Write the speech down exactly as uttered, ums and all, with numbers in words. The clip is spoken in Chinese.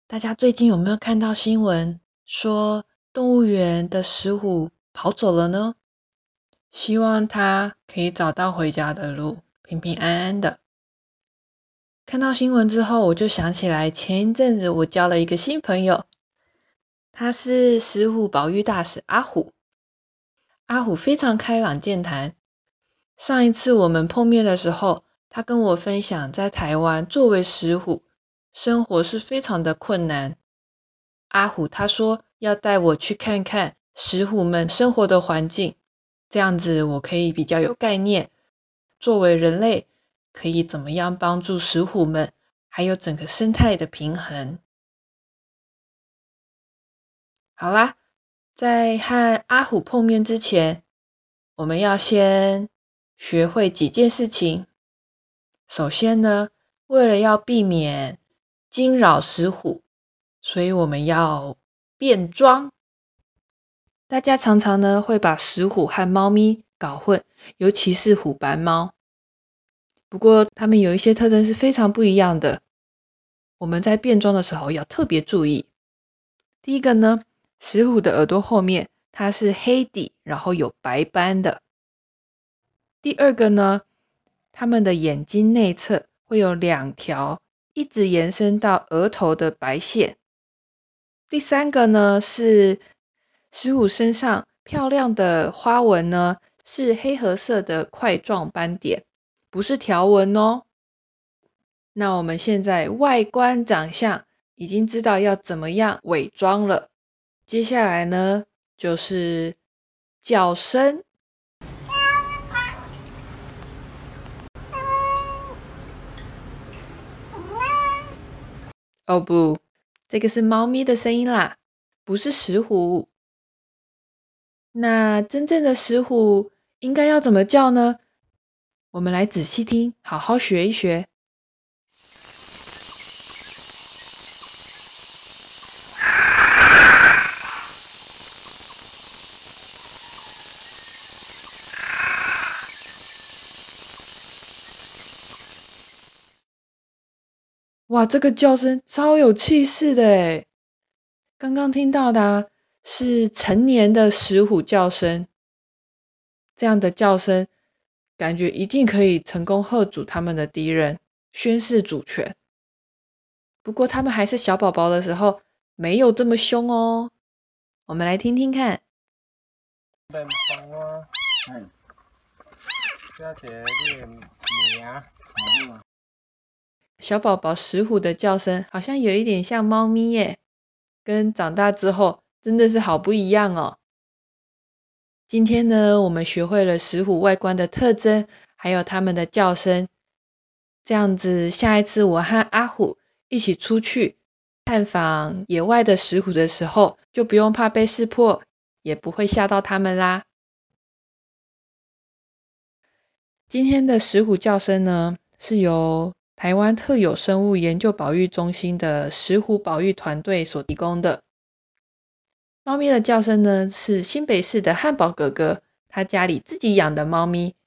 大家最近有没有看到新闻说动物园的石虎跑走了呢？希望它可以找到回家的路，平平安安的。看到新闻之后，我就想起来前一阵子我交了一个新朋友，他是石虎保育大使阿虎。阿虎非常开朗健谈，上一次我们碰面的时候，他跟我分享在台湾作为石虎生活是非常的困难。阿虎他说要带我去看看石虎们生活的环境，这样子我可以比较有概念，作为人类可以怎么样帮助石虎们，还有整个生态的平衡。好啦，在和阿虎碰面之前，我们要先学会几件事情。首先呢，为了要避免惊扰石虎，所以我们要变装。大家常常呢会把石虎和猫咪搞混，尤其是虎斑猫。不过它们有一些特征是非常不一样的，我们在变装的时候要特别注意。第一个呢，石虎的耳朵后面它是黑底，然后有白斑的。第二个呢，它们的眼睛内侧会有两条一直延伸到额头的白线。第三个呢，是石虎身上漂亮的花纹呢，是黑褐色的块状斑点，不是条纹哦。那我们现在外观长相已经知道要怎么样伪装了，接下来呢，就是叫声。哦不，这个是猫咪的声音啦，不是石虎。那真正的石虎应该要怎么叫呢？我们来仔细听，好好学一学。哇，这个叫声超有气势的诶。刚刚听到的啊，是成年的石虎叫声，这样的叫声感觉一定可以成功嚇阻他们的敌人，宣示主权。不过他们还是小宝宝的时候没有这么凶哦。我们来听听看。小宝宝石虎的叫声好像有一点像猫咪耶，跟长大之后真的是好不一样哦。今天呢，我们学会了石虎外观的特征，还有它们的叫声。这样子，下一次我和阿虎一起出去探访野外的石虎的时候，就不用怕被识破，也不会吓到它们啦。今天的石虎叫声呢，是由台湾特有生物研究保育中心的石虎保育团队所提供的。猫咪的叫声呢，是新北市的汉堡哥哥他家里自己养的猫咪